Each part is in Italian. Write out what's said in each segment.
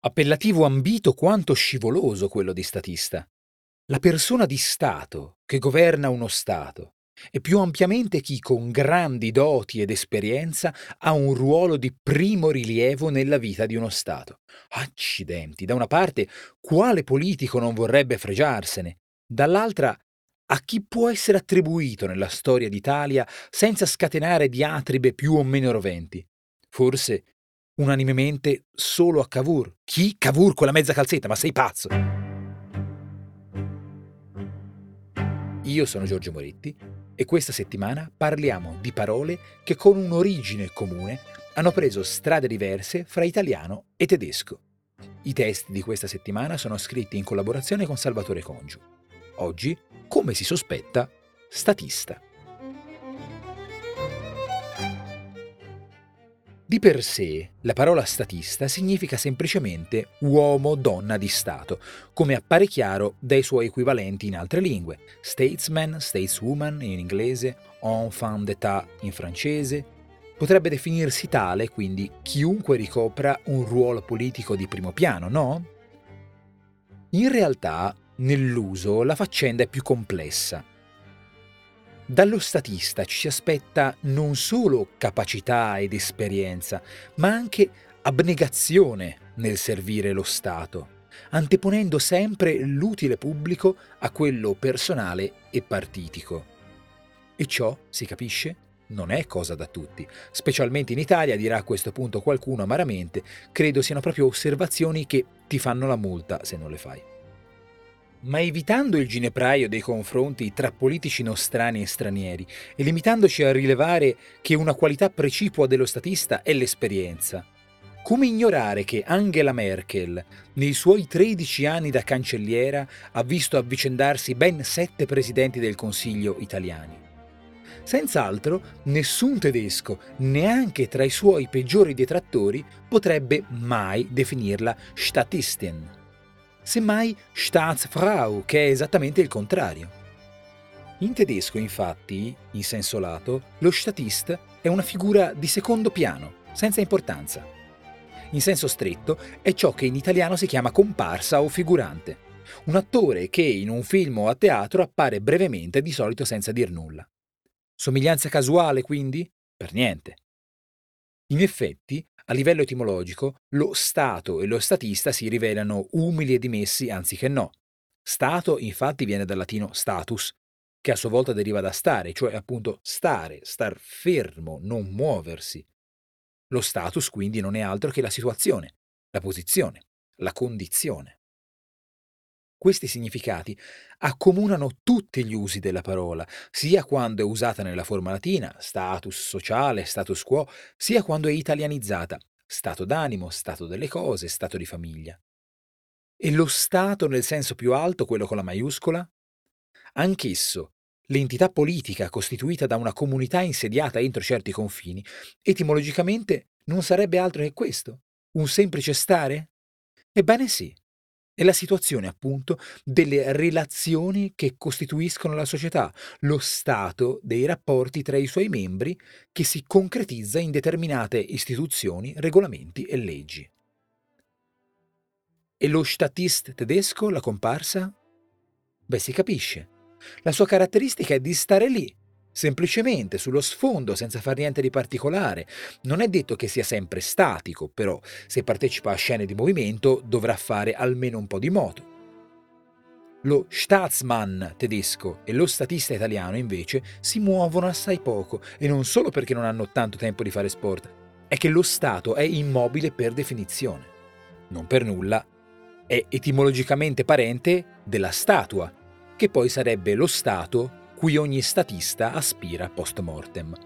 Appellativo ambito quanto scivoloso quello di statista. La persona di Stato che governa uno Stato e più ampiamente chi con grandi doti ed esperienza ha un ruolo di primo rilievo nella vita di uno Stato. Accidenti, da una parte, quale politico non vorrebbe fregiarsene? Dall'altra, a chi può essere attribuito nella storia d'Italia senza scatenare diatribe più o meno roventi? Forse unanimemente solo a Cavour. Chi? Cavour con la mezza calzetta, ma sei pazzo! Io sono Giorgio Moretti e questa settimana parliamo di parole che con un'origine comune hanno preso strade diverse fra italiano e tedesco. I testi di questa settimana sono scritti in collaborazione con Salvatore Congiu. Oggi, come si sospetta, statista. Di per sé, la parola statista significa semplicemente uomo-donna di Stato, come appare chiaro dai suoi equivalenti in altre lingue: statesman, stateswoman in inglese, enfant d'état in francese. Potrebbe definirsi tale, quindi, chiunque ricopra un ruolo politico di primo piano, no? In realtà, nell'uso, la faccenda è più complessa. Dallo statista ci si aspetta non solo capacità ed esperienza, ma anche abnegazione nel servire lo Stato, anteponendo sempre l'utile pubblico a quello personale e partitico. E ciò, si capisce, non è cosa da tutti, specialmente in Italia, dirà a questo punto qualcuno amaramente. Credo siano proprio osservazioni che ti fanno la multa se non le fai. Ma evitando il ginepraio dei confronti tra politici nostrani e stranieri e limitandoci a rilevare che una qualità precipua dello statista è l'esperienza, come ignorare che Angela Merkel, nei suoi 13 anni da cancelliera, ha visto avvicendarsi ben 7 presidenti del Consiglio italiani? Senz'altro, nessun tedesco, neanche tra i suoi peggiori detrattori, potrebbe mai definirla Statistin. Semmai Staatsfrau, che è esattamente il contrario. In tedesco, infatti, in senso lato, lo Statist è una figura di secondo piano, senza importanza. In senso stretto, è ciò che in italiano si chiama comparsa o figurante, un attore che in un film o a teatro appare brevemente, di solito senza dir nulla. Somiglianza casuale, quindi? Per niente. In effetti, a livello etimologico, lo Stato e lo statista si rivelano umili e dimessi anziché no. Stato, infatti, viene dal latino status, che a sua volta deriva da stare, cioè appunto stare, star fermo, non muoversi. Lo status quindi non è altro che la situazione, la posizione, la condizione. Questi significati accomunano tutti gli usi della parola, sia quando è usata nella forma latina, status sociale, status quo, sia quando è italianizzata, stato d'animo, stato delle cose, stato di famiglia. E lo Stato nel senso più alto, quello con la maiuscola? Anch'esso, l'entità politica costituita da una comunità insediata entro certi confini, etimologicamente non sarebbe altro che questo? Un semplice stare? Ebbene sì. È la situazione, appunto, delle relazioni che costituiscono la società, lo stato dei rapporti tra i suoi membri che si concretizza in determinate istituzioni, regolamenti e leggi. E lo Statist tedesco, la comparsa? Beh, si capisce. La sua caratteristica è di stare lì, semplicemente sullo sfondo, senza far niente di particolare. Non è detto che sia sempre statico, però se partecipa a scene di movimento dovrà fare almeno un po' di moto. Lo Staatsmann tedesco e lo statista italiano, invece, si muovono assai poco, e non solo perché non hanno tanto tempo di fare sport, è che lo Stato è immobile per definizione. Non per nulla è etimologicamente parente della statua, che poi sarebbe lo stato cui ogni statista aspira post mortem.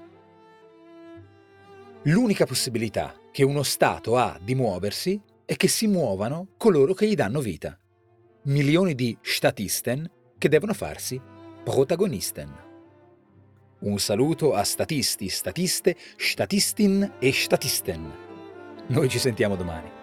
L'unica possibilità che uno Stato ha di muoversi è che si muovano coloro che gli danno vita. Milioni di Statisten che devono farsi Protagonisten. Un saluto a statisti, statiste, statistin e statisten. Noi ci sentiamo domani.